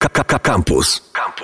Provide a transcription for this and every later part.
Campus.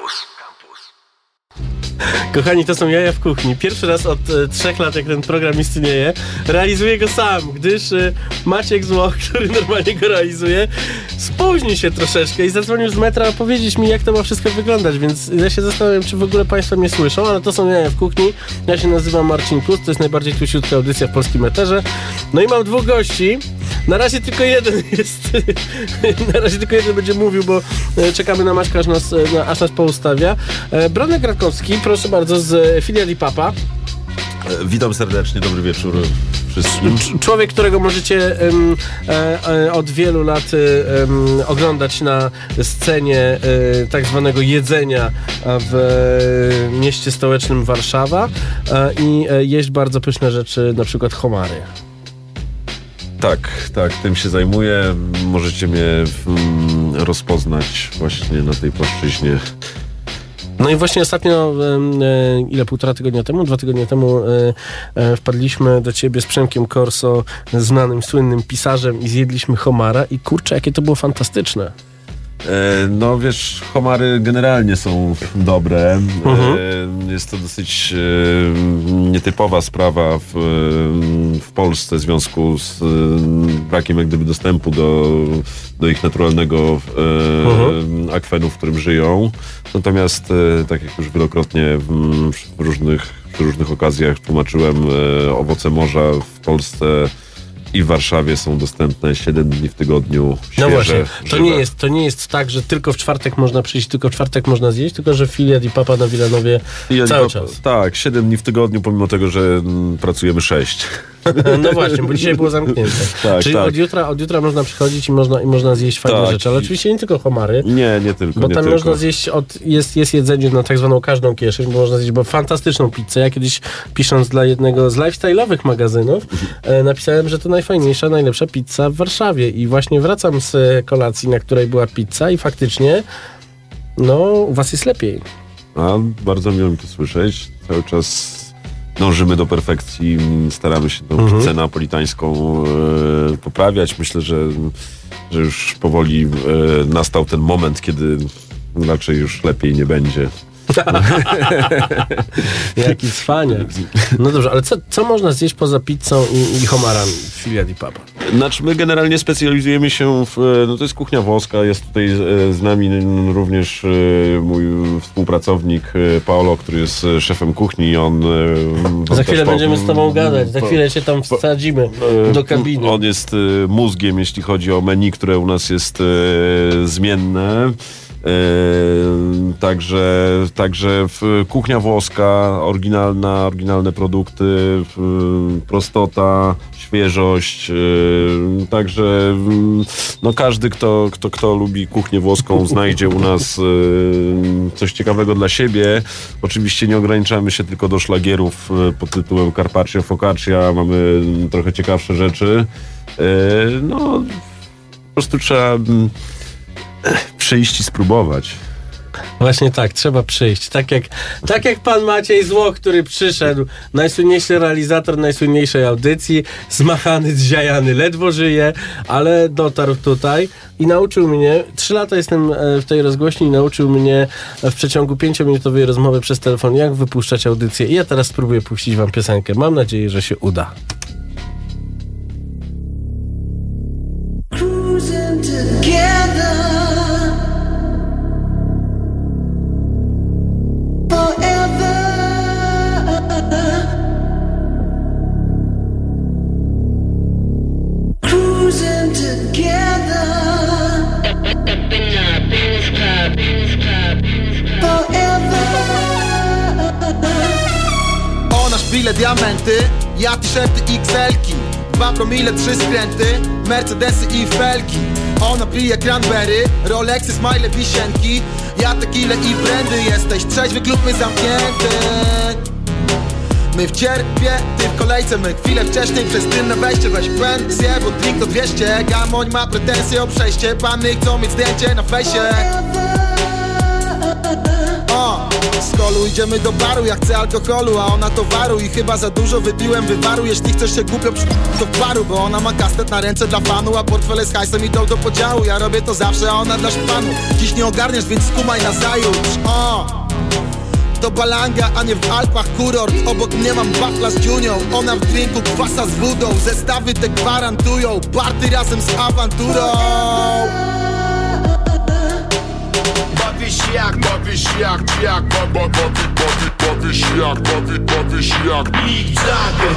Kochani, to są jaja w kuchni. Pierwszy raz od 3 lat, jak ten program istnieje, realizuję go sam, gdyż Maciek Złoch, który normalnie go realizuje, spóźni się troszeczkę i zadzwonił z metra powiedzieć mi, jak to ma wszystko wyglądać, więc ja się zastanawiam, czy w ogóle Państwo mnie słyszą, ale to są jaja w kuchni. Ja się nazywam Marcin Kus, to jest najbardziej tusiutka audycja w polskim eterze. No i mam 2 gości. Na razie tylko jeden jest. Na razie tylko jeden będzie mówił, bo czekamy na Maćka, aż nas poustawia. Bronek Rakowski, proszę bardzo, z Filiali Papa. Witam serdecznie, dobry wieczór wszystkim. Człowiek, którego możecie od wielu lat oglądać na scenie tak zwanego jedzenia w mieście stołecznym Warszawa i jeść bardzo pyszne rzeczy, na przykład homary. Tak, tym się zajmuję. Możecie mnie rozpoznać właśnie na tej płaszczyźnie. No i właśnie ostatnio, 2 tygodnie temu wpadliśmy do ciebie z Przemkiem Corso, znanym, słynnym pisarzem, i zjedliśmy homara i kurczę, jakie to było fantastyczne. No wiesz, homary generalnie są dobre. Jest to dosyć nietypowa sprawa w Polsce w związku z brakiem jak gdyby dostępu do ich naturalnego akwenu, w którym żyją. Natomiast tak jak już wielokrotnie przy różnych okazjach tłumaczyłem, owoce morza w Polsce i w Warszawie są dostępne 7 dni w tygodniu. Świeże, no właśnie, żywe. To nie jest tak, że tylko w czwartek można przyjść, tylko w czwartek można zjeść, tylko że Filia di Papa na Wilanowie cały czas. Tak, 7 dni w tygodniu, pomimo tego, że pracujemy 6. No właśnie, bo dzisiaj było zamknięte. Czyli tak. Od jutra można przychodzić i można zjeść fajne rzeczy, ale oczywiście nie tylko homary. Nie tylko. Bo tam można zjeść, jest jedzenie na tak zwaną każdą kieszeń, bo można zjeść fantastyczną pizzę. Ja kiedyś, pisząc dla jednego z lifestyle'owych magazynów, napisałem, że to najfajniejsza, najlepsza pizza w Warszawie i właśnie wracam z kolacji, na której była pizza i faktycznie u was jest lepiej. Bardzo miło mi to słyszeć. Cały czas dążymy do perfekcji, staramy się tą pizzę napolitańską poprawiać. Myślę, że już powoli nastał ten moment, kiedy raczej już lepiej nie będzie. Jaki cwaniak. No dobrze, ale co można zjeść poza pizzą i homarami w Filia di Papa? Znaczy my generalnie specjalizujemy się to jest kuchnia włoska, jest tutaj z nami również mój współpracownik Paolo, który jest szefem kuchni. Za chwilę będziemy z tobą gadać, za chwilę się tam wsadzimy do kabiny. On jest mózgiem, jeśli chodzi o menu, które u nas jest zmienne. Także kuchnia włoska, oryginalne produkty, prostota, świeżość. Także każdy, kto lubi kuchnię włoską, znajdzie u nas coś ciekawego dla siebie. Oczywiście nie ograniczamy się tylko do szlagierów pod tytułem carpaccio, focaccia. Mamy trochę ciekawsze rzeczy. Po prostu trzeba przyjść i spróbować. Właśnie tak, trzeba przyjść. Tak jak pan Maciej Złoch, który przyszedł, najsłynniejszy realizator najsłynniejszej audycji, zmachany, zziajany, ledwo żyje, ale dotarł tutaj i nauczył mnie, 3 lata jestem w tej rozgłośni i nauczył mnie w przeciągu 5-minutowej rozmowy przez telefon, jak wypuszczać audycję. I ja teraz spróbuję puścić wam piosenkę. Mam nadzieję, że się uda. Cruising together. Bilet diamenty, ja t-shirty XL-ki 2 promile, 3 skręty, Mercedesy i felki. Ona pije cranberry, Rolexy, smile, wisienki. Ja tequila i brandy, jesteś trzeźwy, klub my zamknięty. My w cierpie, ty w kolejce, my chwilę wcześniej przez tylne wejście. Weź pensję, bo drink to 200. Gamoń ma pretensje o przejście, panny chcą mieć zdjęcie na fejsie. Skoluj idziemy do baru, ja chcę alkoholu, a ona towaru. I chyba za dużo wypiłem wywaru. Jeśli chcesz się głupio to paru, bo ona ma kastet na ręce dla fanu, a portfele z hajsem idą do podziału. Ja robię to zawsze, a ona dla szpanu. Dziś nie ogarniesz, więc skumaj nazajutrz. To Balanga, a nie w Alpach kurort. Obok mnie mam wafla z dziunią, ona w drinku kwasa z wodą. Zestawy te gwarantują party razem z awanturą. Bawisz jak Mick Jagger. Bawisz jak Mick Jagger.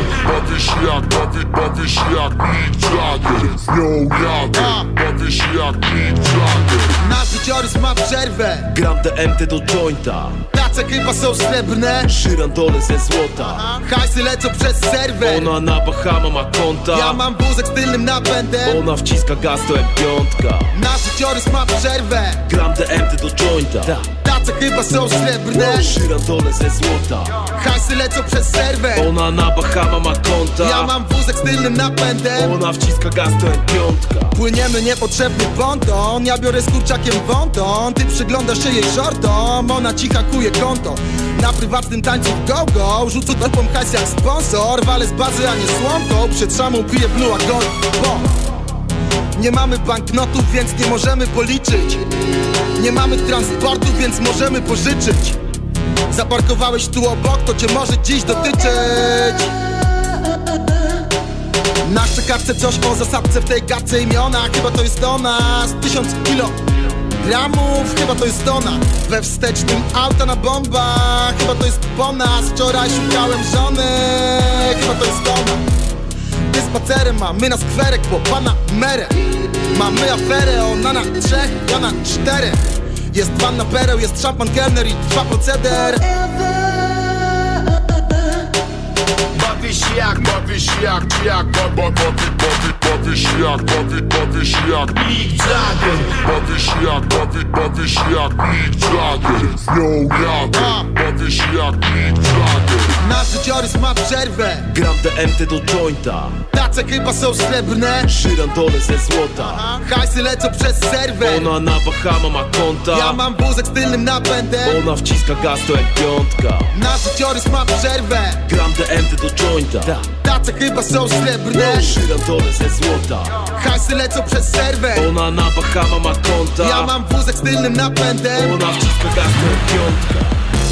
Bawisz jak Mick Jagger. Nasz życiorys ma przerwę. Gram DMT do jointa. Tace chyba są srebrne. Żyrandole ze złota. Hajsy lecą przez serwer. Ona na Bahama ma konta. Ja mam wózek z tylnym napędem. Ona wciska gaz to M5. Nasz życiorys ma przerwę. Gram DMT do jointa. Tace chyba są srebrne. Żyrandole ze złota. Hajsy lecą przez serwer. Ona na Bahama ma konta. Ja mam wózek z tylnym napędem. Ona wciska gaz to M5. Płyniemy niepotrzebny ponton. Ja biorę z kurczakiem wąton. Ty przyglądasz się jej shortom. Ona ci hakuje konto. Na prywatnym tańcu w go-go. Rzucę dupą hajs jak sponsor. Walę z bazy, a nie słomką. Przed szamą piję blue, a gold, bo nie mamy banknotów, więc nie możemy policzyć. Nie mamy transportu, więc możemy pożyczyć. Zaparkowałeś tu obok, to cię może dziś dotyczyć. Na szczekawce coś o zasadce w tej gadce imiona. Chyba to jest ona. Z 1000 kilogramów. Chyba to jest ona. We wstecznym auta na bombach. Chyba to jest po nas. Wczoraj szukałem żony. Chyba to jest ona. Ty spacerem, a my na skwerek po Panamerę. Mamy aferę, ona na 3, ja na 4. Jest wanna pereł, jest szampan kelner i trwa proceder. Bawisz jak Mick Jagger. Bawisz jak Mick Jagger. Bawisz jak Mick Jagger. Bawisz jak Mick Jagger. Nasz życiorys ma przerwę. Gram DMT do jointa. Tace chyba są srebrne. Żyrandole ze złota. Hajsy lecą przez serwer. Ona na Bahama ma konta. Ja mam wózek z tylnym napędem. Ona wciska gaz to M5. Nasz życiorys ma przerwę. Gram DMT do jointa. Tace chyba są srebrne. Żyrandole ze złota. Hajsy lecą przez serwer. Ona na Bahama ma konta. Ja mam wózek z tylnym napędem. Ona wciska gaz to M5.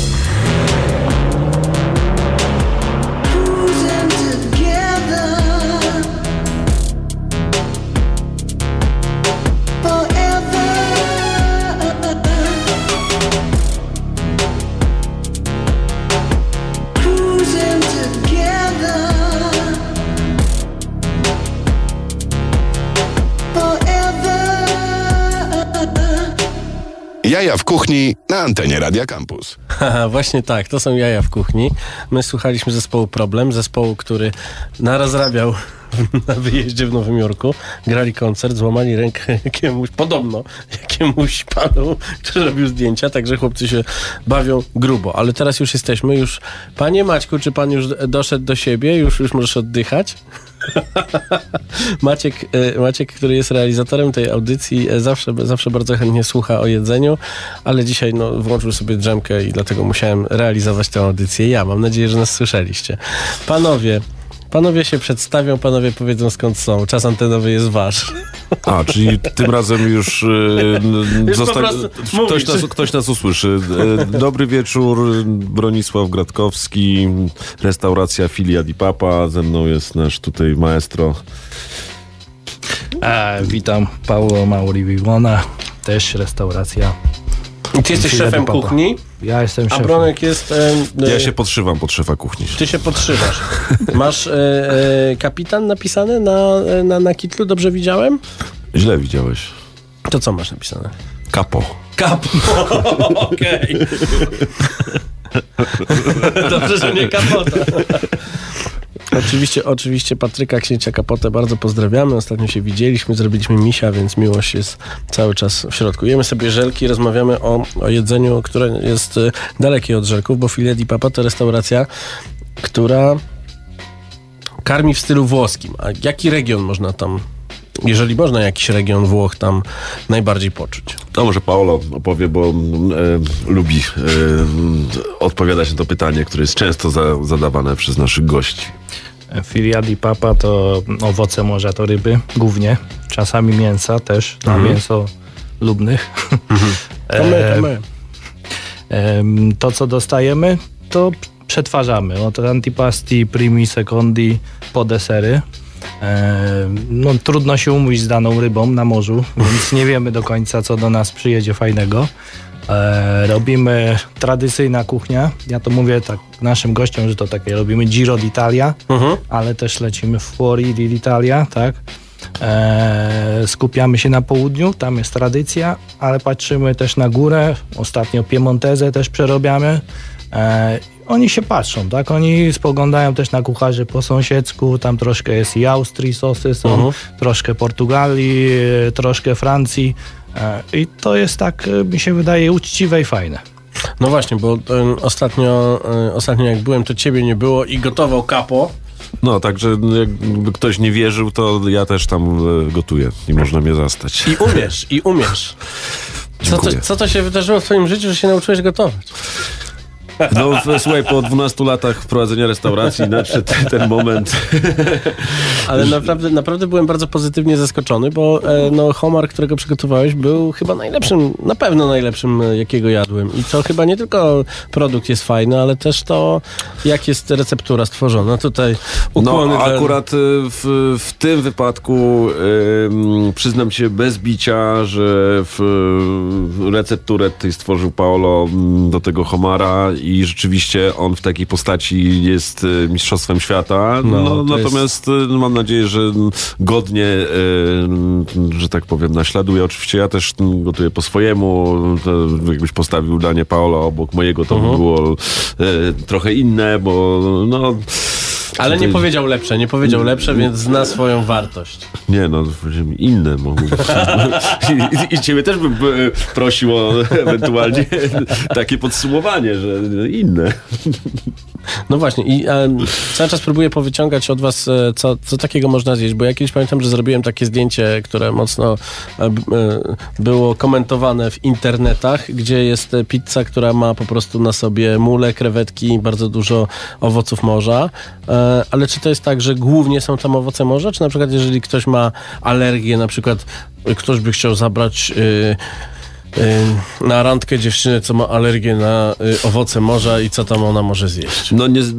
Jaja w kuchni na antenie Radia Campus. Haha, właśnie tak, to są jaja w kuchni. My słuchaliśmy zespołu Problem, zespołu, który narazrabiał na wyjeździe w Nowym Jorku. Grali koncert, złamali rękę jakiemuś panu, który robił zdjęcia, także chłopcy się bawią grubo. Ale teraz już jesteśmy, Panie Maćku, czy pan już doszedł do siebie? Już możesz oddychać? Maciek, który jest realizatorem tej audycji, zawsze bardzo chętnie słucha o jedzeniu, ale dzisiaj włączył sobie drzemkę i dlatego musiałem realizować tę audycję ja. Mam nadzieję, że nas słyszeliście. Panowie się przedstawią, panowie powiedzą skąd są. Czas antenowy jest wasz. Czyli tym razem już ktoś nas usłyszy. Dobry wieczór, Bronisław Gratkowski, restauracja Filia di Papa. Ze mną jest nasz tutaj maestro. Witam, Paulo Maurivivona, też restauracja. I ty jesteś szefem kuchni? Ja jestem szefem. A Bronek jest... Ja się podszywam pod szefa kuchni. Ty się podszywasz. Masz kapitan napisane na kitlu, dobrze widziałem? Źle widziałeś. To co masz napisane? Kapo. Okej. Dobrze, że nie kapota. Oczywiście Patryka Księcia Kapotę bardzo pozdrawiamy. Ostatnio się widzieliśmy, zrobiliśmy misia, więc miłość jest cały czas w środku. Jemy sobie żelki, rozmawiamy o jedzeniu, które jest dalekie od żelków, bo Filia di Papa to restauracja, która karmi w stylu włoskim. A jaki region można tam jeżeli można jakiś region Włoch tam najbardziej poczuć. To może Paolo opowie, bo lubi odpowiadać na to pytanie, które jest często zadawane przez naszych gości. Filia di Papa to owoce morza, to ryby głównie. Czasami mięsa też, na mięso lubnych. To my. To, co dostajemy, to przetwarzamy. Od antipasti, primi, secondi po desery. No, trudno się umówić z daną rybą na morzu, więc nie wiemy do końca, co do nas przyjedzie fajnego. Robimy tradycyjna kuchnia. Ja to mówię tak naszym gościom, że to takie robimy Giro d'Italia, ale też lecimy w Fuori d'Italia, tak? Skupiamy się na południu, tam jest tradycja, ale patrzymy też na górę. Ostatnio Piemontezę też przerobiamy. Oni się patrzą, tak? Oni spoglądają też na kucharzy po sąsiedzku, tam troszkę jest i Austrii sosy są, troszkę Portugalii, troszkę Francji i to jest tak, mi się wydaje, uczciwe i fajne. No właśnie, bo ostatnio jak byłem, to ciebie nie było i gotował Capo. No, także jakby ktoś nie wierzył, to ja też tam gotuję i można mnie zastać. I umiesz. Co to się wydarzyło w twoim życiu, że się nauczyłeś gotować? No słuchaj, po 12 latach wprowadzenia restauracji nadszedł ten moment. Ale naprawdę byłem bardzo pozytywnie zaskoczony, bo homar, którego przygotowałeś, był chyba najlepszym, na pewno najlepszym, jakiego jadłem. I to chyba nie tylko produkt jest fajny, ale też to, jak jest receptura stworzona. Tutaj ukłony. No akurat w tym wypadku przyznam się bez bicia, że recepturę tutaj stworzył Paolo do tego homara i rzeczywiście on w takiej postaci jest mistrzostwem świata. Natomiast mam nadzieję, że godnie, że tak powiem, naśladuje. Oczywiście ja też gotuję po swojemu. Jakbyś postawił danie Paolo obok mojego, to by było trochę inne, bo ale nie powiedział lepsze, więc zna swoją wartość. Nie, inne mogą być. I ciebie też bym prosił o ewentualnie takie podsumowanie, że inne. No właśnie i cały czas próbuję powyciągać od was, co takiego można zjeść, bo ja kiedyś pamiętam, że zrobiłem takie zdjęcie, które mocno było komentowane w internetach, gdzie jest pizza, która ma po prostu na sobie mule, krewetki, bardzo dużo owoców morza. Ale czy to jest tak, że głównie są tam owoce morza? Czy na przykład jeżeli ktoś ma alergię, na przykład ktoś by chciał zabrać na randkę dziewczynę, co ma alergię na owoce morza i co tam ona może zjeść?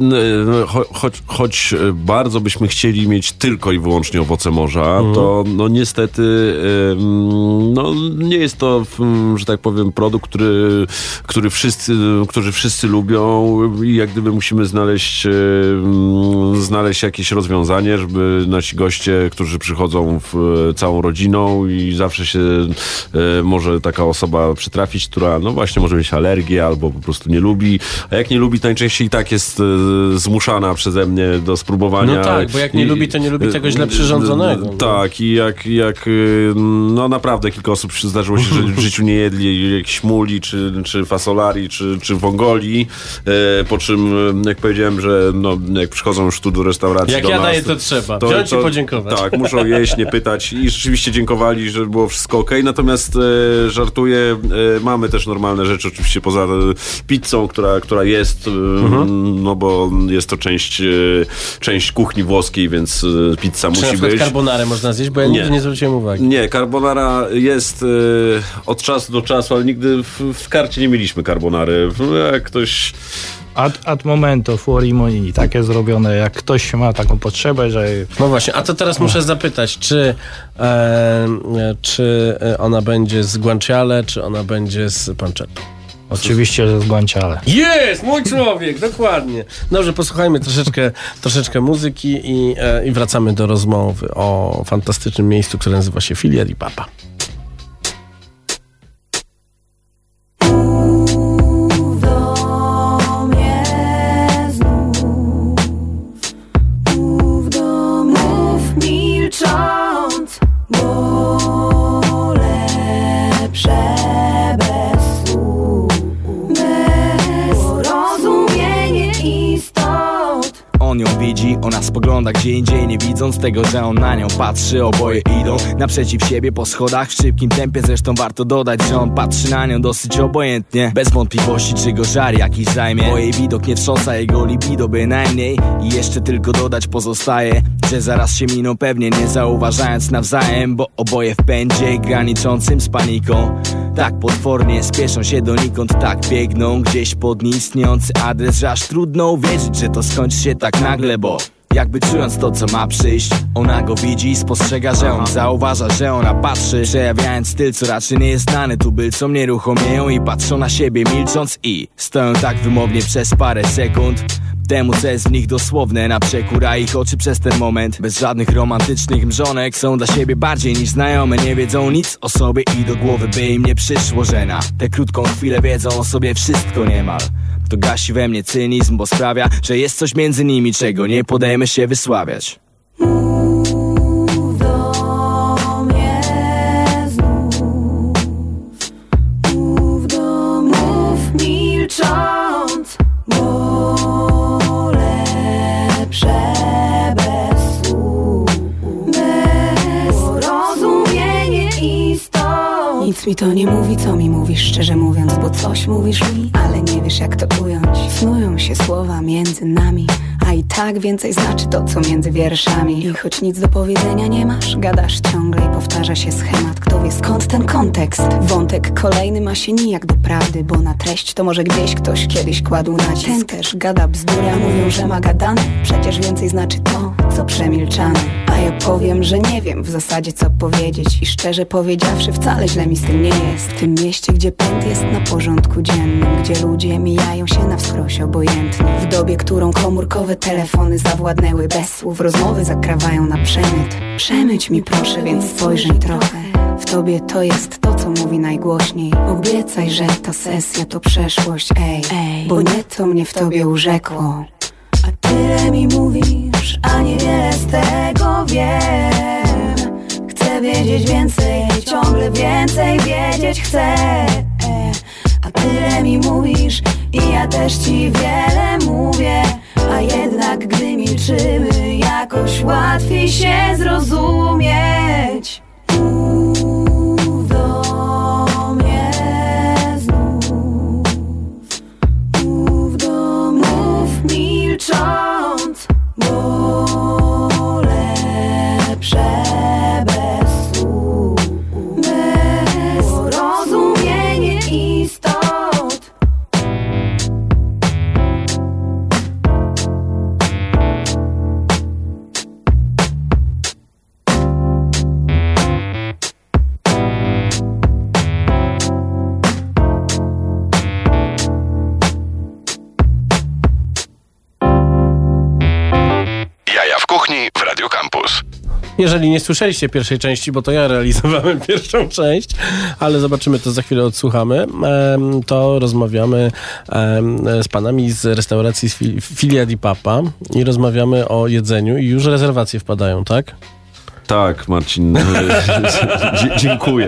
Choć bardzo byśmy chcieli mieć tylko i wyłącznie owoce morza, to niestety nie jest to, że tak powiem, produkt, którzy wszyscy lubią i jak gdyby musimy znaleźć jakieś rozwiązanie, żeby nasi goście, którzy przychodzą całą rodziną i zawsze się może taka osoba przytrafić, która właśnie może mieć alergię albo po prostu nie lubi, a jak nie lubi, to najczęściej i tak jest zmuszana przeze mnie do spróbowania. No tak, bo jak nie lubi, to nie lubi tego źle przyrządzonego. Tak, i jak naprawdę kilka osób zdarzyło się, że w życiu nie jedli jakichś muli, czy fasolari, czy wongoli, po czym jak powiedziałem, że jak przychodzą już tu do restauracji jak do ja nas, daję, to trzeba. Wziąć i podziękować. Tak, muszą jeść, nie pytać i rzeczywiście dziękowali, że było wszystko okej. Natomiast żartuję, mamy też normalne rzeczy, oczywiście poza pizzą, która jest, bo jest to część kuchni włoskiej, więc pizza musi być. Czy na przykład carbonarę można zjeść, bo ja nigdy nie zwróciłem uwagi. Nie, carbonara jest od czasu do czasu, ale nigdy w karcie nie mieliśmy carbonary. Jak ktoś... Ad momento fuori monini, takie zrobione, jak ktoś ma taką potrzebę, że... No właśnie, a to teraz muszę zapytać, czy ona będzie z guanciale, czy ona będzie z pancetto? Oczywiście, że z guanciale. Jest! Mój człowiek! Dokładnie. Dobrze, posłuchajmy troszeczkę muzyki i wracamy do rozmowy o fantastycznym miejscu, które nazywa się Filia di Papa. Ona spogląda gdzie indziej, nie widząc tego, że on na nią patrzy. Oboje idą naprzeciw siebie po schodach w szybkim tempie. Zresztą warto dodać, że on patrzy na nią dosyć obojętnie, bez wątpliwości czy go żar jakiś zajmie. Bo jej widok nie wstrząsa jego libido bynajmniej. I jeszcze tylko dodać pozostaje, że zaraz się miną pewnie, nie zauważając nawzajem, bo oboje w pędzie graniczącym z paniką. Tak potwornie spieszą się donikąd, tak biegną gdzieś pod nieistniejący adres, że aż trudno uwierzyć, że to skończy się tak nagle, bo jakby czując to, co ma przyjść, ona go widzi i spostrzega, że on zauważa, że ona patrzy, przejawiając styl, co raczej nie jest znany tubylcom. Nieruchomieją i patrzą na siebie milcząc i stoją tak wymownie przez parę sekund. Temu, co jest w nich dosłowne, na przekór, a ich oczy przez ten moment, bez żadnych romantycznych mrzonek, są dla siebie bardziej niż znajome. Nie wiedzą nic o sobie i do głowy by im nie przyszło, że na tę krótką chwilę wiedzą o sobie wszystko niemal. To gasi we mnie cynizm, bo sprawia, że jest coś między nimi, czego nie podejmę się wysławiać. Mów do mnie znów, mów milcząc, bo lepsze bez słów, bez porozumienie i stąd. Nic mi to nie mówi, co mi mówisz, szczerze mówiąc, bo coś mówisz mi, ale nie wiesz jak to ująć. Snują się słowa między nami, a i tak więcej znaczy to, co między wierszami. I choć nic do powiedzenia nie masz, gadasz ciągle i powtarza się schemat. Kto wie skąd ten kontekst? Wątek kolejny ma się nijak do prawdy, bo na treść to może gdzieś ktoś kiedyś kładł nacisk. Ten też gada bzdury, a mówią, że ma gadane. Przecież więcej znaczy to, co przemilczane. A ja powiem, że nie wiem w zasadzie co powiedzieć. I szczerze powiedziawszy wcale źle mi z tym nie jest. W tym mieście, gdzie pęd jest na porządku dziennym, gdzie ludzie mijają się na wskroś obojętnie. W dobie, którą komórkowe telefony zawładnęły, bez słów rozmowy zakrawają na przemyt. Przemyć mi proszę, więc spojrzyj trochę. W tobie to jest to, co mówi najgłośniej. Obiecaj, że ta sesja to przeszłość, ej, bo nie to mnie w tobie urzekło. A tyle mi mówisz, a niewiele z tego wiem. Chcę wiedzieć więcej, ciągle więcej wiedzieć chcę. A tyle mi mówisz i ja też ci wiele mówię. A jednak gdy milczymy, jakoś łatwiej się zrozumieć. Mów do mnie znów, mów milcząc, bo lepsze bez słów, bez porozumienie i stąd. W Radio Campus. Jeżeli nie słyszeliście pierwszej części, bo to ja realizowałem pierwszą część, ale zobaczymy, to za chwilę odsłuchamy, to rozmawiamy z panami z restauracji Filia di Papa i rozmawiamy o jedzeniu i już rezerwacje wpadają, tak? Tak, Marcin. Dziękuję.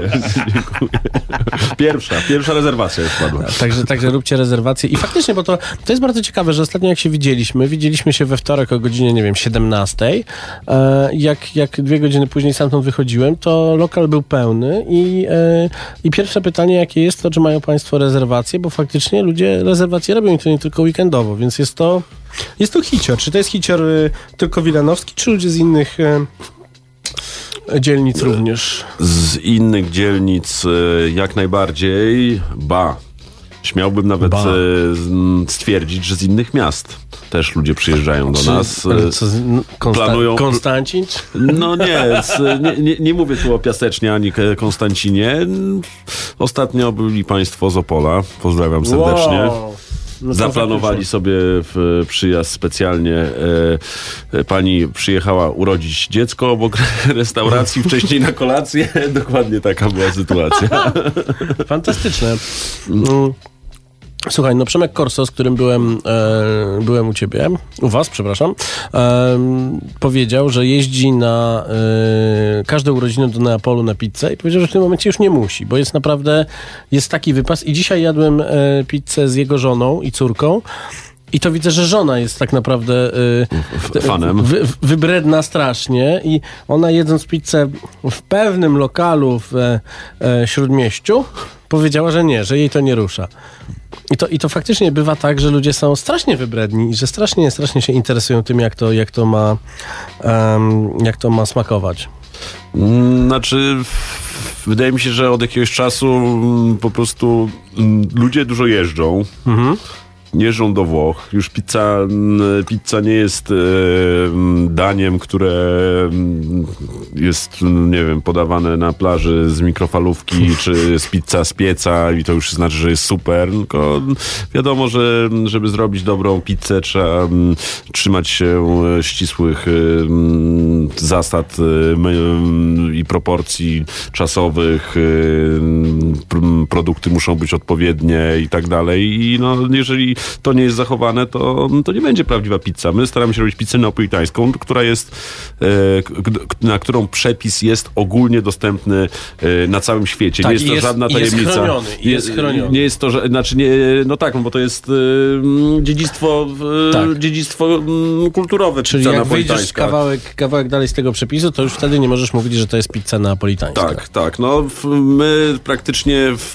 Pierwsza rezerwacja już padła. Także róbcie rezerwacje. I faktycznie, bo to jest bardzo ciekawe, że ostatnio jak się widzieliśmy się we wtorek o godzinie, nie wiem, 17. Jak 2 godziny później stamtąd wychodziłem, to lokal był pełny i pierwsze pytanie, jakie jest, to czy mają państwo rezerwacje, bo faktycznie ludzie rezerwacje robią i to nie tylko weekendowo, więc jest to hicior. Czy to jest hicior tylko wilanowski, czy ludzie z innych dzielnic również? Z innych dzielnic jak najbardziej, śmiałbym nawet stwierdzić, że z innych miast też ludzie przyjeżdżają do nas. Planują... Konstancin? No nie mówię tu o Piasecznie ani Konstancinie. Ostatnio byli państwo z Opola. Pozdrawiam serdecznie. Wow. No zaplanowali sobie przyjazd specjalnie. Pani przyjechała urodzić dziecko obok restauracji, wcześniej na kolację. Dokładnie taka była sytuacja. Fantastyczne. Słuchaj, no Przemek Corso, z którym byłem u was, przepraszam, powiedział, że jeździ na każde urodziny do Neapolu na pizzę i powiedział, że w tym momencie już nie musi, bo jest taki wypas i dzisiaj jadłem pizzę z jego żoną i córką I to widzę, że żona jest tak naprawdę fanem. Wybredna strasznie i ona jedząc pizzę w pewnym lokalu w Śródmieściu powiedziała, że nie, że jej to nie rusza. I to faktycznie bywa tak, że ludzie są strasznie wybredni i że strasznie się interesują tym, jak to ma smakować. Znaczy, wydaje mi się, że od jakiegoś czasu po prostu ludzie dużo jeżdżą. Jeżdżą do Włoch. Już pizza nie jest daniem, które jest, nie wiem, podawane na plaży z mikrofalówki, czy jest pizza z pieca i to już znaczy, że jest super. Tylko wiadomo, że żeby zrobić dobrą pizzę, trzeba trzymać się ścisłych zasad i proporcji czasowych. Produkty muszą być odpowiednie i tak dalej. I no, jeżeli to nie jest zachowane, to nie będzie prawdziwa pizza. My staramy się robić pizzę neapolitańską, która jest, na którą przepis jest ogólnie dostępny na całym świecie. Tak, nie jest to żadna tajemnica. Jest chroniony. Nie jest to, że, znaczy nie, no tak, no bo to jest dziedzictwo, dziedzictwo kulturowe. Czyli jak wyjdziesz kawałek dalej z tego przepisu, to już wtedy nie możesz mówić, że to jest pizza neapolitańska. Tak. No, my praktycznie w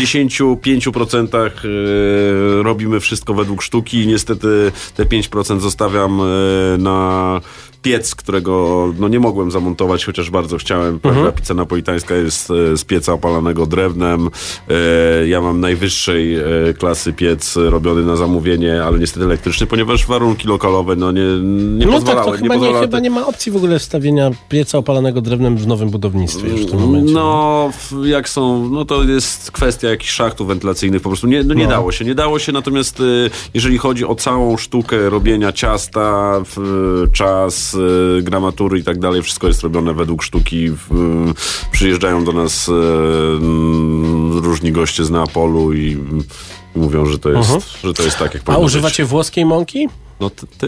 95% robimy wszystko według sztuki i niestety te 5% zostawiam na piec, którego no nie mogłem zamontować, chociaż bardzo chciałem. Pizza napolitańska jest z pieca opalanego drewnem. Ja mam najwyższej klasy piec robiony na zamówienie, ale niestety elektryczny, ponieważ warunki lokalowe nie pozwalały. Tak, to chyba nie ma opcji w ogóle wstawienia pieca opalanego drewnem w nowym budownictwie już w tym momencie. Jak są, no to jest kwestia jakichś szachtów wentylacyjnych, po prostu nie dało się, natomiast jeżeli chodzi o całą sztukę robienia ciasta, czas, gramatury i tak dalej, wszystko jest robione według sztuki. Przyjeżdżają do nas różni goście z Neapolu i mówią, że to jest tak, jak powinno być. A używacie włoskiej mąki? No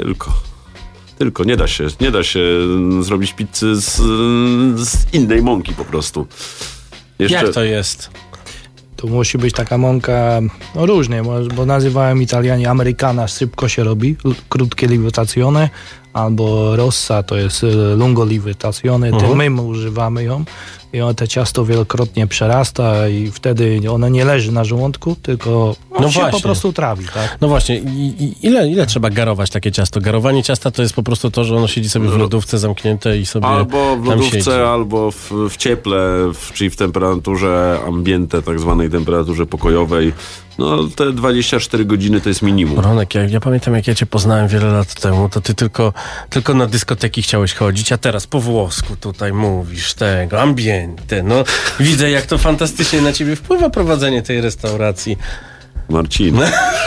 tylko nie da się zrobić pizzy z innej mąki po prostu. Jak to jest? To musi być taka mąka, no różnie, bo nazywają Italianie Americana, szybko się robi, krótkie lievitazione, albo Rossa to jest lungo lievitazione, my używamy ją i te ciasto wielokrotnie przerasta i wtedy ono nie leży na żołądku, tylko się po prostu trawi. Tak? No właśnie, ile trzeba garować takie ciasto? Garowanie ciasta to jest po prostu to, że ono siedzi sobie w lodówce zamknięte i sobie albo w lodówce, siedzi. albo w cieple, czyli w temperaturze ambiente, tak zwanej temperaturze pokojowej. No te 24 godziny to jest minimum. Ronek, ja pamiętam, jak ja cię poznałem wiele lat temu, to ty tylko na dyskoteki chciałeś chodzić, a teraz po włosku tutaj mówisz tego, ambiente. No widzę, jak to fantastycznie na ciebie wpływa prowadzenie tej restauracji. Marcin.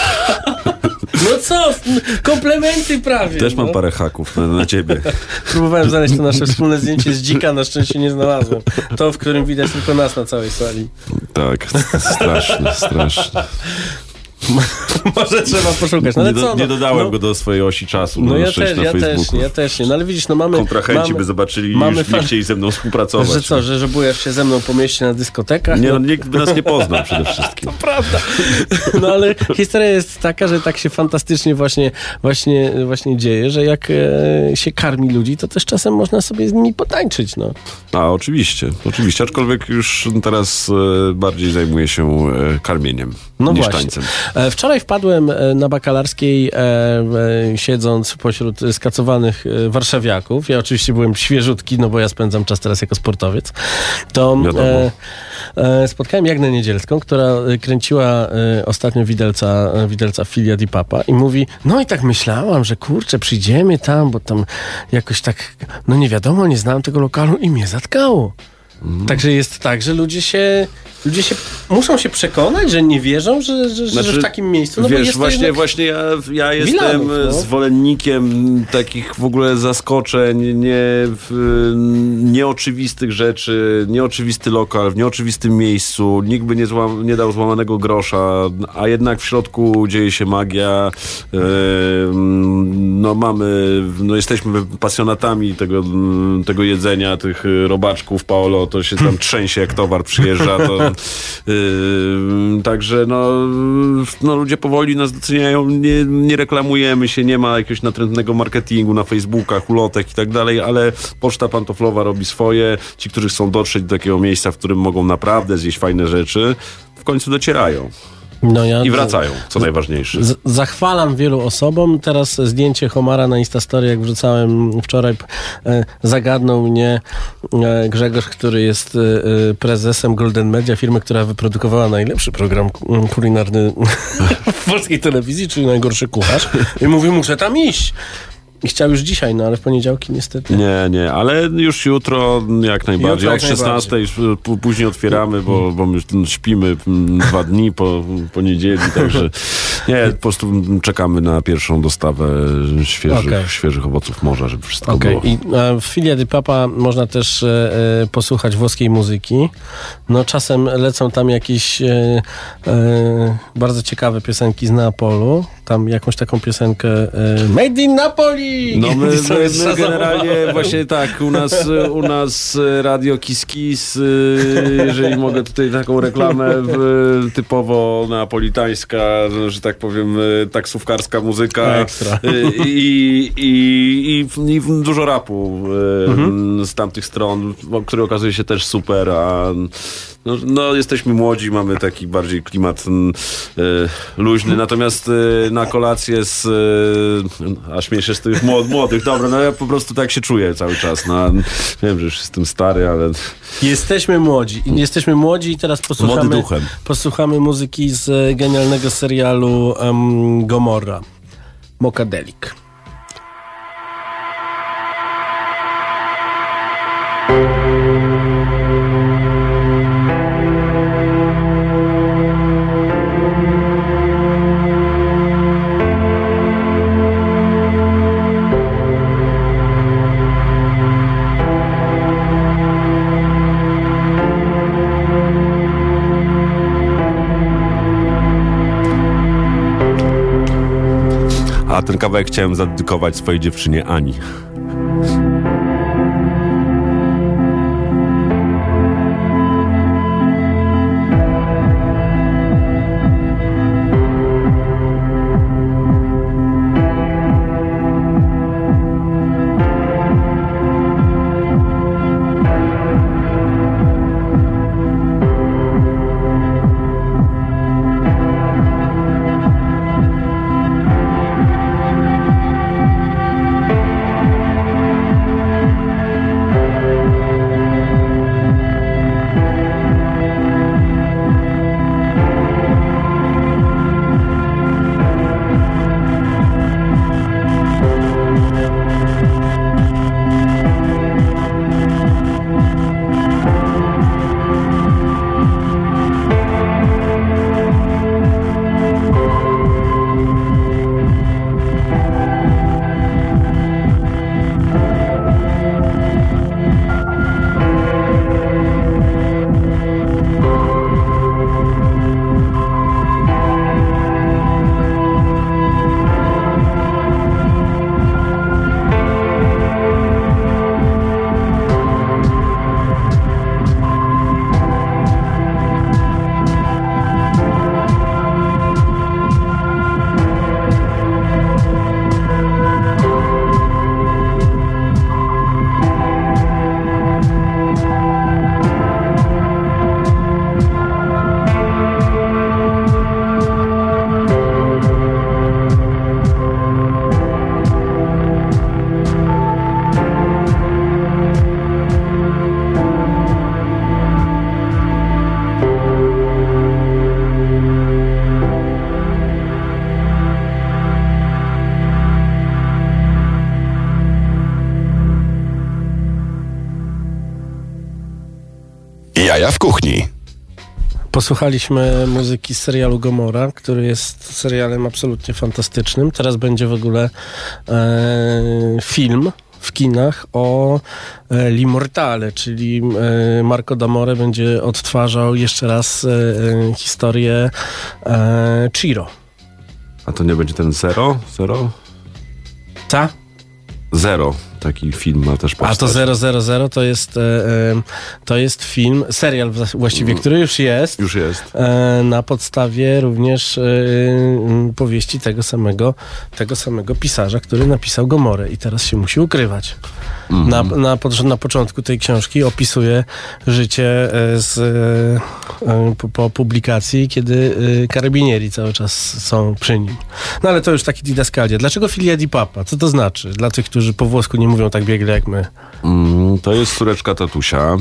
No co? Komplementy prawie. Też mam parę haków na ciebie. Próbowałem znaleźć to nasze wspólne zdjęcie z dzika, na szczęście nie znalazłem. To, w którym widać tylko nas na całej sali. Tak, straszne. Może trzeba poszukać. No, nie dodałem go do swojej osi czasu. No ja też nie. No ale widzisz, mamy... Kontrahenci by zobaczyli i już nie chcieli ze mną współpracować. Że co, że bujasz się ze mną po mieście na dyskotekach? Nie, nikt by nas nie poznał przede wszystkim. To prawda. No ale historia jest taka, że tak się fantastycznie właśnie dzieje, że jak się karmi ludzi, to też czasem można sobie z nimi potańczyć, no. A, oczywiście, aczkolwiek już teraz bardziej zajmuję się karmieniem niż tańcem. Wczoraj wpadłem na Bakalarskiej, siedząc pośród skacowanych warszawiaków. Ja oczywiście byłem świeżutki, no bo ja spędzam czas teraz jako sportowiec. To spotkałem Jagnę Niedzielską, która kręciła ostatnio Widelca Filia di Papa i mówi, no i tak myślałam, że kurczę, przyjdziemy tam, bo tam jakoś tak, no nie wiadomo, nie znałem tego lokalu i mnie zatkało. Także jest tak, że ludzie się muszą się przekonać, że nie wierzą, że w takim miejscu. No wiesz, właśnie ja jestem zwolennikiem takich w ogóle zaskoczeń, nieoczywistych rzeczy, nieoczywisty lokal, w nieoczywistym miejscu, nikt by nie dał złamanego grosza, a jednak w środku dzieje się magia. Jesteśmy pasjonatami tego jedzenia, tych robaczków Paolo bo to się tam trzęsie, jak towar przyjeżdża. To, także no ludzie powoli nas doceniają, nie reklamujemy się, nie ma jakiegoś natrętnego marketingu na Facebookach, ulotek i tak dalej, ale Poczta Pantoflowa robi swoje. Ci, którzy chcą dotrzeć do takiego miejsca, w którym mogą naprawdę zjeść fajne rzeczy, w końcu docierają. I wracają, co najważniejsze. Zachwalam wielu osobom. Teraz zdjęcie Homara na Instastory, jak wrzucałem wczoraj, zagadnął mnie Grzegorz, który jest prezesem Golden Media, firmy, która wyprodukowała najlepszy program kulinarny w polskiej telewizji, czyli Najgorszy Kucharz. I mówi, muszę tam iść. I chciał już dzisiaj, no ale w poniedziałki niestety. Nie, ale już jutro jak najbardziej. Od 16 później otwieramy, bo my śpimy 2 dni po niedzieli, także po prostu czekamy na pierwszą dostawę świeżych owoców morza, żeby wszystko było. I w Filia di Papa można też posłuchać włoskiej muzyki. No czasem lecą tam jakieś bardzo ciekawe piosenki z Neapolu. Tam jakąś taką piosenkę Made in Napoli! No my generalnie właśnie tak, u nas Radio Kiss Kiss, jeżeli mogę tutaj taką reklamę, typowo neapolitańska, że tak powiem, taksówkarska muzyka. Ekstra. I dużo rapu z tamtych stron, który okazuje się też super, a no jesteśmy młodzi, mamy taki bardziej klimat luźny, natomiast na kolację aż mnie się z tych młodych, dobra, no ja po prostu tak się czuję cały czas, no, wiem, że już jestem stary, ale... Jesteśmy młodzi i teraz posłuchamy muzyki z genialnego serialu Gomorra, Mokadelik. A ten kawałek chciałem zadedykować swojej dziewczynie Ani. Jaja w kuchni. Posłuchaliśmy muzyki z serialu Gomorra, który jest serialem absolutnie fantastycznym. Teraz będzie w ogóle film w kinach o L'Immortale, czyli Marco D'Amore będzie odtwarzał jeszcze raz historię Ciro. A to nie będzie ten Zero? Co? Zero. taki film ma też powstać. A to 000 to jest film, serial właściwie, który już jest. Już jest. Na podstawie również powieści tego samego pisarza, który napisał Gomorę i teraz się musi ukrywać. Na początku tej książki opisuje życie po publikacji, kiedy karabinieri cały czas są przy nim. No ale to już taki didascalia. Dlaczego filia di Papa? Co to znaczy? Dla tych, którzy po włosku nie mówią tak biegle jak my. To jest córeczka tatusia.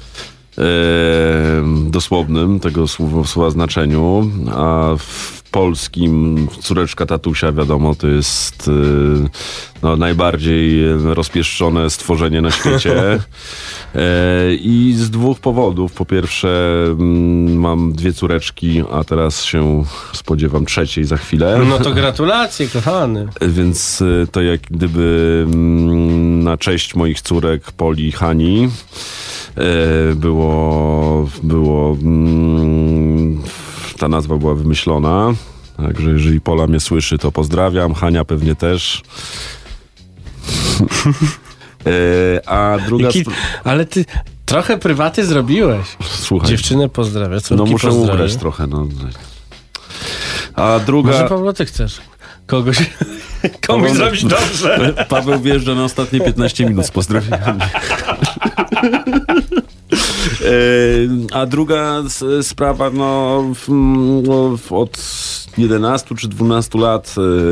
Dosłownym tego słowa znaczeniu, a w polskim córeczka tatusia, wiadomo, to jest najbardziej rozpieszczone stworzenie na świecie. I z dwóch powodów. Po pierwsze, mam 2 córeczki, a teraz się spodziewam 3 za chwilę. No to gratulacje, kochany. Więc to jak gdyby na cześć moich córek Poli i Hani ta nazwa była wymyślona. Także jeżeli Pola mnie słyszy, to pozdrawiam. Hania pewnie też. A druga... Ale ty trochę prywaty zrobiłeś. Słuchaj. Dziewczynę pozdrawia, córki no muszę pozdrawia. ugrać trochę. No. A druga... Może Paweł, ty chcesz komuś zrobić dobrze. Paweł wjeżdża na ostatnie 15 minut z pozdrowieniami. A druga sprawa, od 11 czy 12 lat,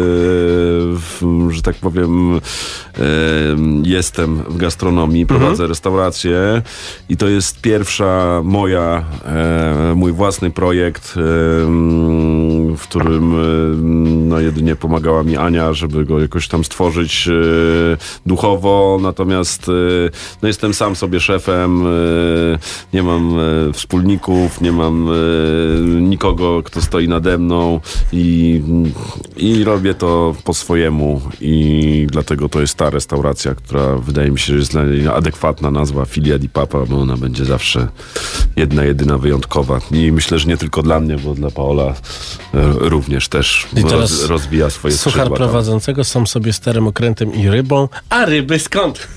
że tak powiem, jestem w gastronomii, prowadzę restaurację i to jest pierwsza mój własny projekt, w którym jedynie pomagała mi Ania, żeby go jakoś tam stworzyć duchowo, natomiast jestem sam sobie szefem, nie mam wspólników, nie mam nikogo, kto stoi nade mną i robię to po swojemu i dlatego to jest ta restauracja, która wydaje mi się, że jest dla niej adekwatna nazwa Filia di Papa, bo ona będzie zawsze jedyna wyjątkowa i myślę, że nie tylko dla mnie, bo dla Paola również też rozwija swoje skrzydła. Suchar prowadzącego sam sobie sterem, okrętem i rybą, a ryby skąd?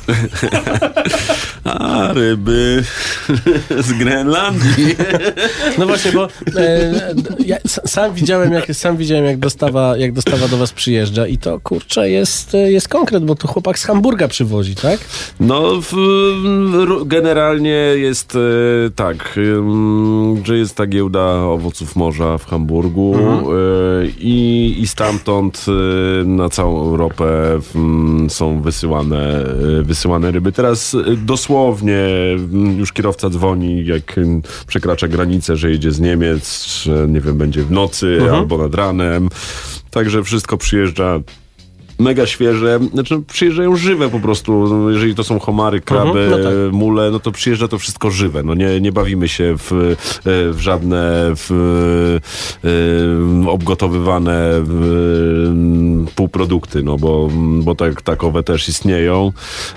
A ryby z Grenlandii. No właśnie, bo ja sam widziałem, jak dostawa do was przyjeżdża i to, kurczę, jest konkret, bo to chłopak z Hamburga przywozi, tak? No, generalnie jest tak, że jest ta giełda owoców morza w Hamburgu i stamtąd na całą Europę są wysyłane ryby. Teraz dosłownie już kierowca dzwoni, jak przekracza granicę, że jedzie z Niemiec, że nie wiem, będzie w nocy albo nad ranem. Także wszystko przyjeżdża mega świeże, znaczy przyjeżdżają żywe po prostu, jeżeli to są homary, kraby, mule, no to przyjeżdża to wszystko żywe, no nie bawimy się w żadne obgotowywane półprodukty, no bo takowe też istnieją.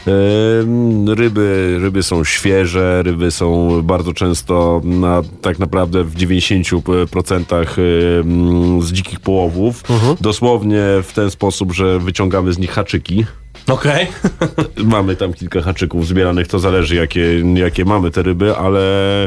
Ryby są świeże, ryby są bardzo często tak naprawdę w 90% z dzikich połowów, dosłownie w ten sposób, że wyciągamy z nich haczyki. Okej. Mamy tam kilka haczyków zbieranych, to zależy jakie mamy te ryby, ale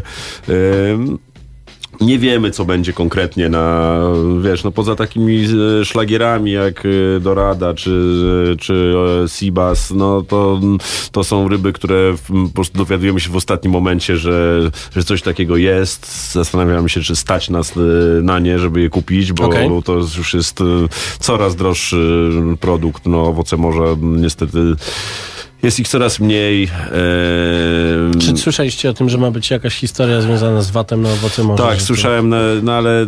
nie wiemy, co będzie konkretnie poza takimi szlagierami jak dorada czy Seabass, no to są ryby, które po prostu dowiadujemy się w ostatnim momencie, że coś takiego jest. Zastanawiamy się, czy stać nas na nie, żeby je kupić, bo to już jest coraz droższy produkt. No, owoce morza niestety jest ich coraz mniej. Czy słyszeliście o tym, że ma być jakaś historia związana z VAT-em na owoce morza? Tak, słyszałem, ale...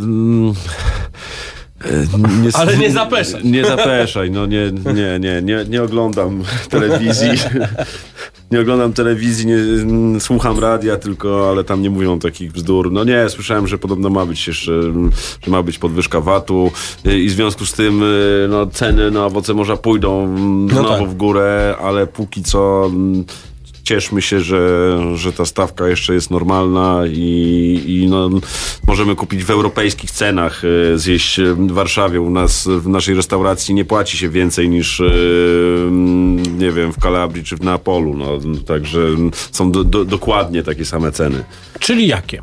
Ale nie zapeszaj. Nie zapeszaj, no nie oglądam telewizji. Nie oglądam telewizji, nie słucham radia tylko, ale tam nie mówią takich bzdur. No nie, słyszałem, że podobno ma być jeszcze, że ma być podwyżka VAT-u i w związku z tym ceny na owoce morza pójdą znowu w górę, ale póki co cieszmy się, że ta stawka jeszcze jest normalna i no, możemy kupić w europejskich cenach, zjeść w Warszawie. U nas w naszej restauracji nie płaci się więcej niż nie wiem, w Kalabrii czy w Neapolu. No, także są dokładnie takie same ceny. Czyli jakie?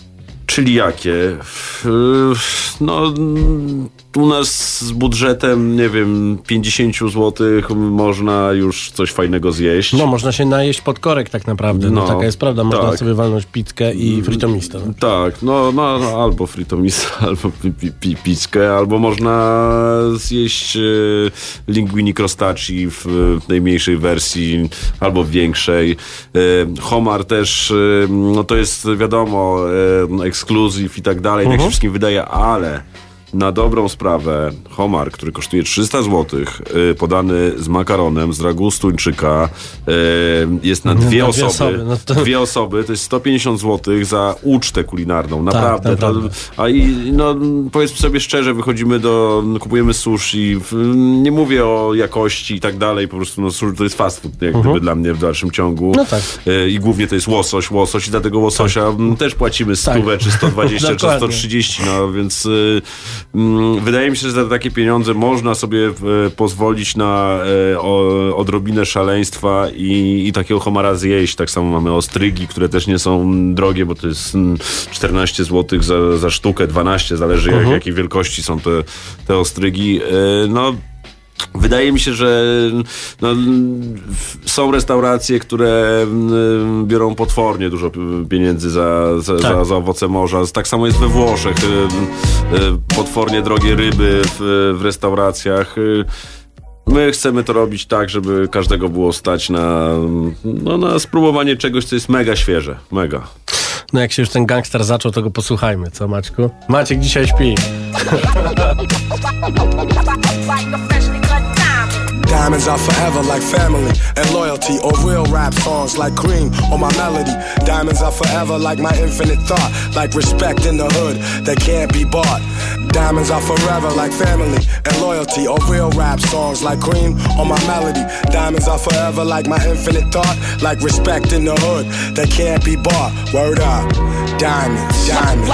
No, u nas z budżetem, nie wiem, 50 zł można już coś fajnego zjeść. No, można się najeść pod korek tak naprawdę. No, taka jest prawda. Można sobie walnąć pizzkę i fritomista. No. Tak, no albo fritomista, albo pizzkę, albo można zjeść linguini crostacci w najmniejszej wersji, albo w większej. Homar też, no to jest wiadomo, ekskluzyw i tak dalej, tak się wszystkim wydaje, ale na dobrą sprawę homar, który kosztuje 300 zł, podany z makaronem, z ragu z tuńczyka, jest na dwie osoby. No to... Dwie osoby, to jest 150 zł za ucztę kulinarną. Naprawdę. Tak, No, powiedzmy sobie szczerze, kupujemy sushi, nie mówię o jakości i tak dalej, po prostu no, sushi to jest fast food, jak gdyby dla mnie w dalszym ciągu. No tak. I głównie to jest łosoś i dla tego łososia też płacimy 100 czy 120 czy 130, no więc... Wydaje mi się, że za takie pieniądze można sobie pozwolić na odrobinę szaleństwa i takiego homara zjeść. Tak samo mamy ostrygi, które też nie są drogie, bo to jest 14 zł za sztukę, 12, zależy jakiej wielkości są te ostrygi. No, wydaje mi się, że są restauracje, które biorą potwornie dużo pieniędzy za owoce morza. Tak samo jest we Włoszech. Potwornie drogie ryby w restauracjach. My chcemy to robić tak, żeby każdego było stać na spróbowanie czegoś, co jest mega świeże. Mega. No jak się już ten gangster zaczął, to go posłuchajmy, co Maćku? Maciek dzisiaj śpi. Diamonds are forever like family and loyalty, or real rap songs like Cream or my melody. Diamonds are forever like my infinite thought, like respect in the hood that can't be bought. Diamonds are forever like family and loyalty, or real rap songs like Cream or my melody. Diamonds are forever like my infinite thought, like respect in the hood that can't be bought. Word up, diamonds.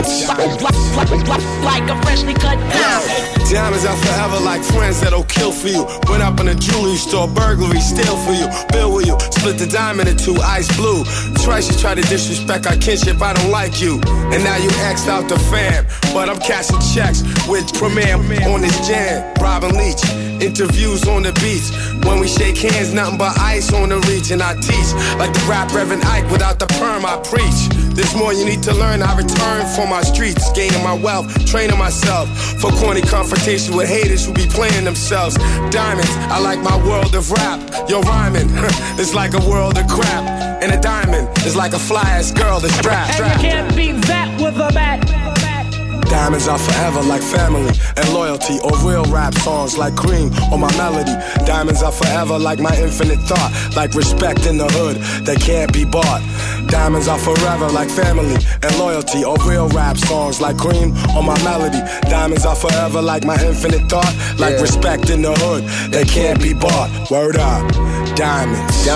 Like a freshly cut diamond. Diamonds are forever like friends that'll kill for you. Went up in a jewelry store, burglary, steal for you. Bill with you, split the diamond in two, ice blue. Twice you try to disrespect our kinship, I don't like you. And now you axed out the fam. But I'm cashing checks with Premier on this jam. Robin Leach, interviews on the beach. When we shake hands, nothing but ice on the reach. And I teach like the rap Reverend Ike, without the perm I preach. There's more you need to learn, I return for my streets. Gaining my wealth, training myself for corny confrontation with haters who be playing themselves. Diamonds, I like my world of rap. Yo, rhyming, it's like a world of crap. And a diamond is like a fly-ass girl that's strapped. And you can't beat that with a bat. Diamonds are forever like family and loyalty, or real rap songs like Cream or my melody. Diamonds are forever like my infinite thought, like respect in the hood that can't be bought. Diamonds are forever like family and loyalty, or real rap songs like Cream or my melody. Diamonds are forever like my infinite thought, like respect in the hood that can't be bought. Word up, diamonds.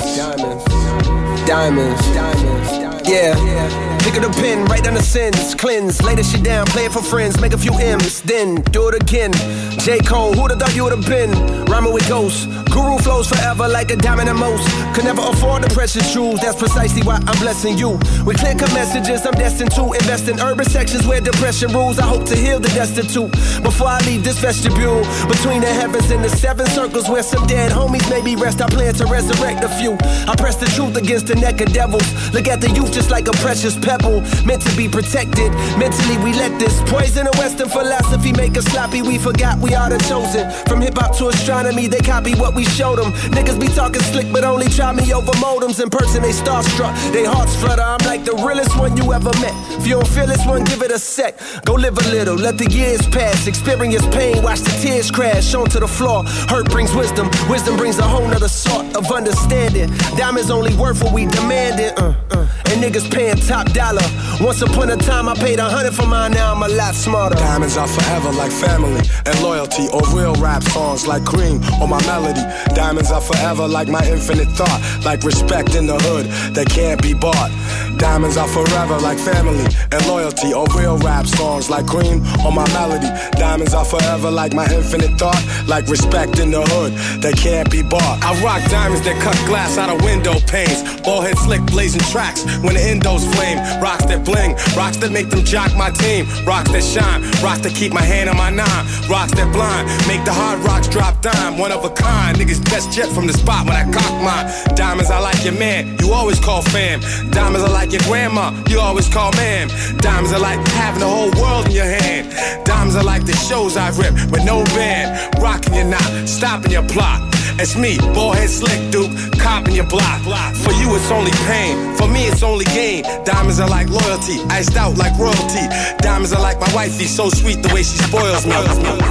Yeah. Pick up the pen, write down the sins, cleanse, lay the shit down, play it for friends, make a few M's, then do it again. J. Cole, who'd have thought you would have been? Rhyming with ghosts, guru flows forever like a diamond and most. Could never afford the precious jewels, that's precisely why I'm blessing you. With clear-cut messages, I'm destined to invest in urban sections where depression rules. I hope to heal the destitute before I leave this vestibule. Between the heavens and the seven circles where some dead homies maybe rest, I plan to resurrect a few. I press the truth against the neck of devils. Look at the youth just like a precious pebble, meant to be protected. Mentally we let this poison of Western philosophy make us sloppy. We forgot we are the chosen. From hip-hop to astronomy, they copy what we showed them. Niggas be talking slick but only try me over modems. In person they starstruck, they hearts flutter. I'm like the realest one you ever met. If you don't feel this one, give it a sec. Go live a little, let the years pass. Experience pain, watch the tears crash onto the floor. Hurt brings wisdom, wisdom brings a whole nother sort of understanding. Diamonds only worth what we demanded. and niggas paying top dollar. Once upon a time I paid 100 for mine, now I'm a lot smarter. Diamonds are forever like family and loyalty, or real rap songs like Cream or my melody. Diamonds are forever like my infinite thought, like respect in the hood that can't be bought. Diamonds are forever like family and loyalty, or real rap songs like Cream or my melody. Diamonds are forever like my infinite thought, like respect in the hood that can't be bought. I rock diamonds that cut glass out of window panes, ball head slick blazing tracks when the endos flame. Rocks that bling, rocks that make them jock my team. Rocks that shine, rocks that keep my hand on my nine. Rocks that blind, make the hard rocks drop dime. One of a kind, niggas best jet from the spot when I cock mine. Diamonds are like your man, you always call fam. Diamonds are like your grandma, you always call ma'am. Diamonds are like having the whole world in your hand. Diamonds are like the shows I rip with no band. Rocking your knot, stopping your plot. It's me, ballhead slick dude, copping your block. For you it's only pain, for me it's only gain. Diamonds are like loyalty, iced out like royalty. Diamonds are like my wifey, so sweet the way she spoils me.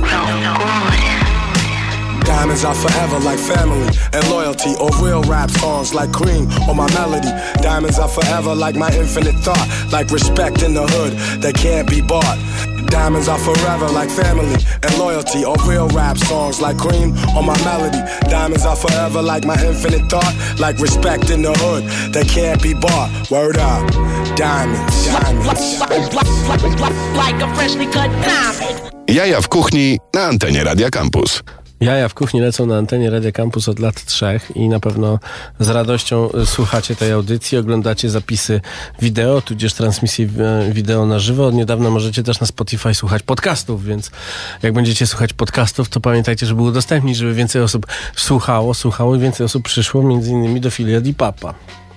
Diamonds are forever like family and loyalty, or real rap songs like Cream or my melody. Diamonds are forever like my infinite thought, like respect in the hood that can't be bought. Diamonds are forever like family and loyalty, or real rap songs like Cream or my melody. Diamonds are forever like my infinite thought, like respect in the hood that can't be bought. Word up, diamonds, diamonds. Like a freshly cut diamond. Jaja w kuchni na antenie Radia Campus. Jaja w kuchni lecą na antenie Radia Campus od lat 3 i na pewno z radością słuchacie tej audycji, oglądacie zapisy wideo, tudzież transmisję wideo na żywo. Od niedawna możecie też na Spotify słuchać podcastów, więc jak będziecie słuchać podcastów, to pamiętajcie, żeby udostępnić, żeby więcej osób słuchało i więcej osób przyszło, między innymi do Filia di Papa.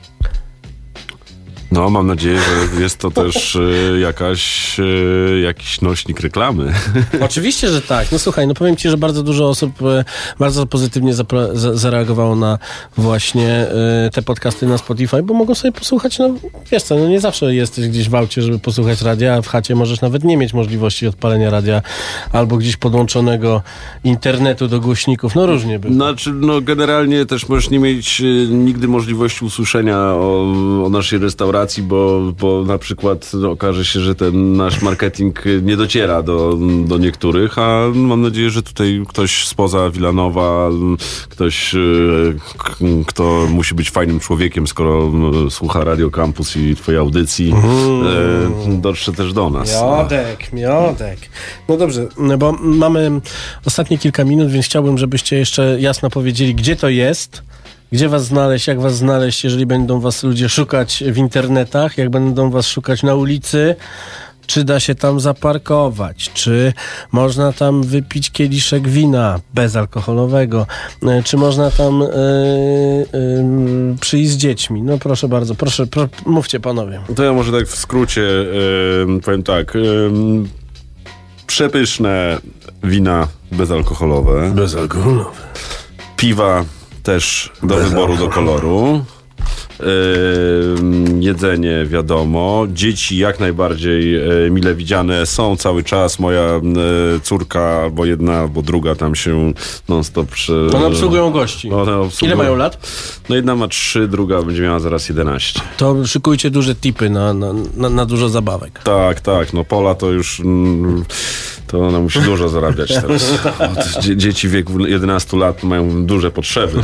No, mam nadzieję, że jest to też jakiś nośnik reklamy. Oczywiście, że tak. No słuchaj, no powiem ci, że bardzo dużo osób bardzo pozytywnie zareagowało na właśnie te podcasty na Spotify, bo mogą sobie posłuchać, no wiesz co, no nie zawsze jesteś gdzieś w aucie, żeby posłuchać radia, a w chacie możesz nawet nie mieć możliwości odpalenia radia albo gdzieś podłączonego internetu do głośników, no różnie bywa. Znaczy, no generalnie też możesz nie mieć nigdy możliwości usłyszenia o naszej restauracji, bo na przykład okaże się, że ten nasz marketing nie dociera do niektórych, a mam nadzieję, że tutaj ktoś spoza Wilanowa, ktoś, kto musi być fajnym człowiekiem, skoro słucha Radio Campus i twojej audycji, dotrze też do nas. Miodek. No dobrze, bo mamy ostatnie kilka minut, więc chciałbym, żebyście jeszcze jasno powiedzieli, gdzie to jest. Gdzie was znaleźć, jak was znaleźć, jeżeli będą was ludzie szukać w internetach, jak będą was szukać na ulicy, czy da się tam zaparkować, czy można tam wypić kieliszek wina bezalkoholowego, czy można tam przyjść z dziećmi. No proszę bardzo, proszę mówcie panowie. To ja może tak w skrócie powiem tak. Przepyszne wina bezalkoholowe. Piwa też do wyboru, do koloru. Jedzenie wiadomo. Dzieci jak najbardziej mile widziane są cały czas. Moja córka, bo jedna, bo druga tam się non-stop One obsługują gości. Ile mają lat? No jedna ma 3, druga będzie miała zaraz 11. To szykujcie duże tipy na dużo zabawek. Tak. No Pola to już... To ona musi dużo zarabiać teraz. Dzieci w wieku 11 lat mają duże potrzeby.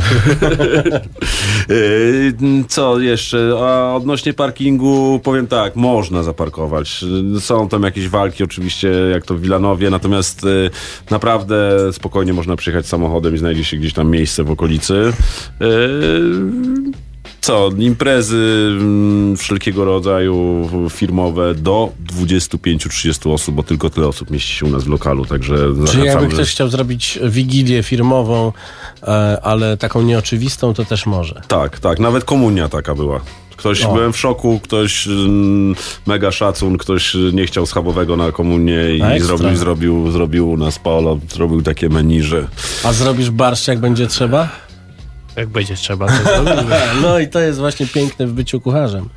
Co jeszcze? A odnośnie parkingu powiem tak, można zaparkować. Są tam jakieś walki oczywiście, jak to w Wilanowie, natomiast naprawdę spokojnie można przyjechać samochodem i znajdzie się gdzieś tam miejsce w okolicy. Imprezy wszelkiego rodzaju firmowe do 25-30 osób, bo tylko tyle osób mieści się u nas w lokalu, także zachęcamy. Czyli jakby ktoś chciał zrobić wigilię firmową, ale taką nieoczywistą, to też może. Tak, nawet komunia taka była. Byłem w szoku, ktoś mega szacun, ktoś nie chciał schabowego na komunię i zrobił u nas Paolo, zrobił takie menu, że... A zrobisz barszcz, jak będzie trzeba? Jak będzie trzeba, to zrobimy. No i to jest właśnie piękne w byciu kucharzem.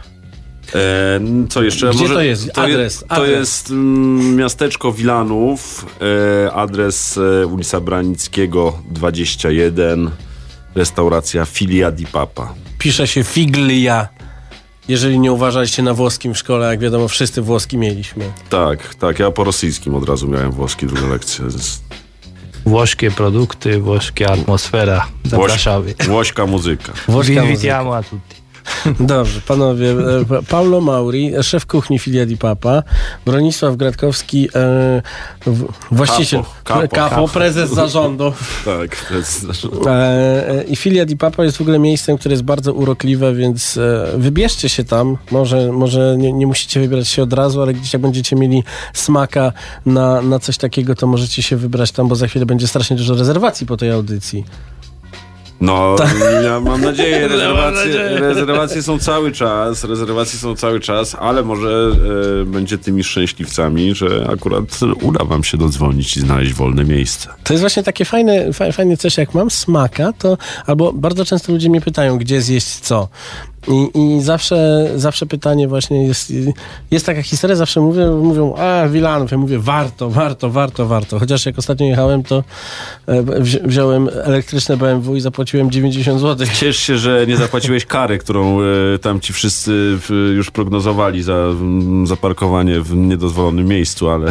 Co jeszcze? Gdzie to jest? Adres. To jest miasteczko Wilanów, adres ulica Branickiego 21, restauracja Filia di Papa. Pisze się Figlia Jeżeli nie uważaliście na włoskim w szkole, jak wiadomo, wszyscy włoski mieliśmy. Tak, ja po rosyjskim od razu miałem włoski, druga lekcja. Włoskie produkty, włoska atmosfera. Zapraszamy. Włoska muzyka. Invitiamo a tutti. Dobrze, panowie. Paulo Mauri, szef kuchni Filia di Papa, Bronisław Gratkowski, właściciel, kapo, prezes zarządu. Tak, prezes zarządu. I Filia di Papa jest w ogóle miejscem, które jest bardzo urokliwe, więc wybierzcie się tam. Może nie musicie wybierać się od razu, ale gdzieś jak będziecie mieli smaka na coś takiego, to możecie się wybrać tam, bo za chwilę będzie strasznie dużo rezerwacji po tej audycji. No, ja mam nadzieję, rezerwacje są cały czas, ale może będzie tymi szczęśliwcami, że akurat uda wam się dodzwonić i znaleźć wolne miejsce. To jest właśnie takie fajne coś, jak mam smaka, to albo bardzo często ludzie mnie pytają, gdzie zjeść co. I zawsze pytanie właśnie jest taka historia, zawsze mówią, Wilanów, ja mówię, warto. Chociaż jak ostatnio jechałem, to wziąłem elektryczne BMW i zapłaciłem 90 zł. Ciesz się, że nie zapłaciłeś kary, którą tam ci wszyscy już prognozowali za parkowanie w niedozwolonym miejscu, ale...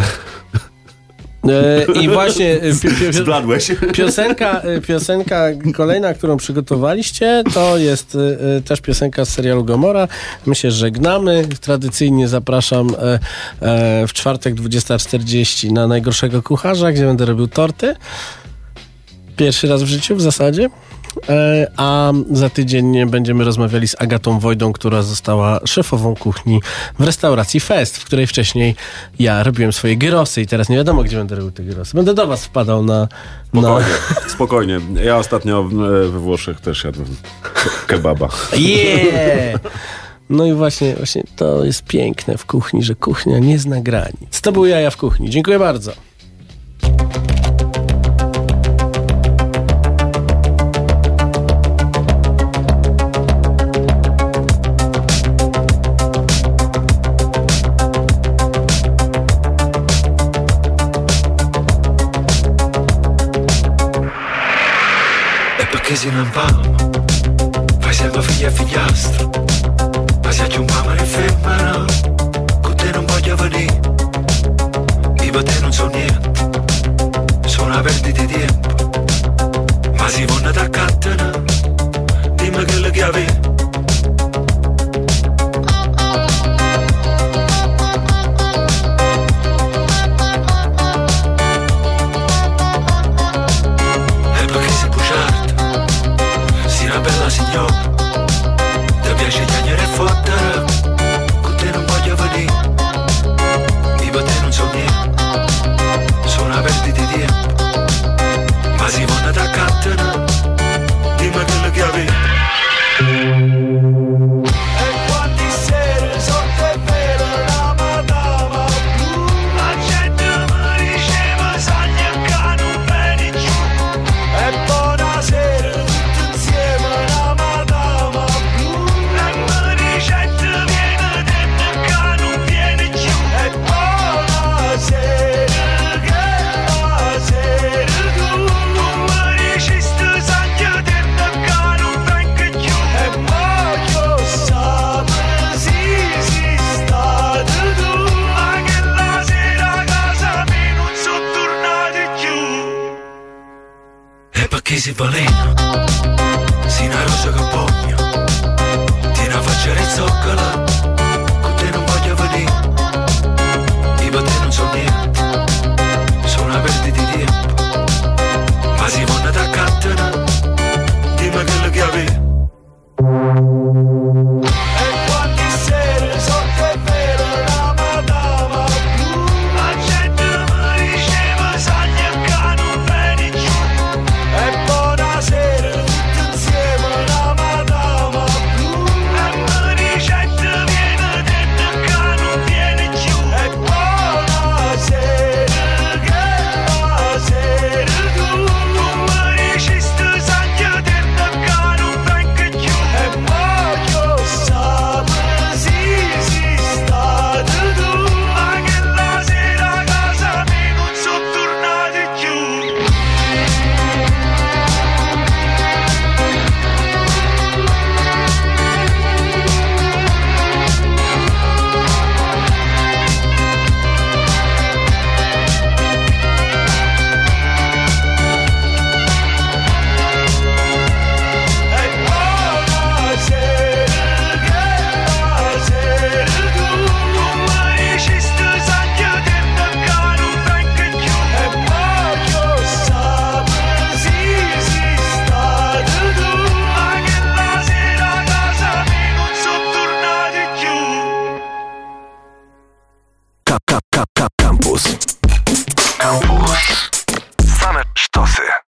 I właśnie zbladłeś. Piosenka kolejna, którą przygotowaliście, to jest też piosenka z serialu Gomorra. My się żegnamy. Tradycyjnie zapraszam w czwartek 20:40 na Najgorszego Kucharza, gdzie będę robił torty. Pierwszy raz w życiu w zasadzie. A za tydzień będziemy rozmawiali z Agatą Wojdą, która została szefową kuchni w restauracji Fest, w której wcześniej ja robiłem swoje gyrosy i teraz nie wiadomo, gdzie będę robił te gyrosy. Będę do was wpadał na... Spokojnie. Ja ostatnio we Włoszech też jadłem kebaba. Yeah! No i właśnie to jest piękne w kuchni, że kuchnia nie zna granic. To był Jaja w kuchni. Dziękuję bardzo. Che se non vamo, facendo figlia e figliastro, ma se aggiungiamo le femmine, con te non voglio venire, io per te non so niente, sono una perdita di tempo, ma si vanno da cattana, dimmi quello che avevi. Signor, ti piace chiagnare e fottere, con te non voglio venire, io per te non so niente, sono una perdita di tempo, ma si vanno da cattana, dimmi quello che avevi. E quanti sere sotto è vero la madama blu, la gente mi diceva sagna che non vieni giù, e buonasera tutti insieme. Che si balena, si una rosa che pogna, ti una faccia di zoccola,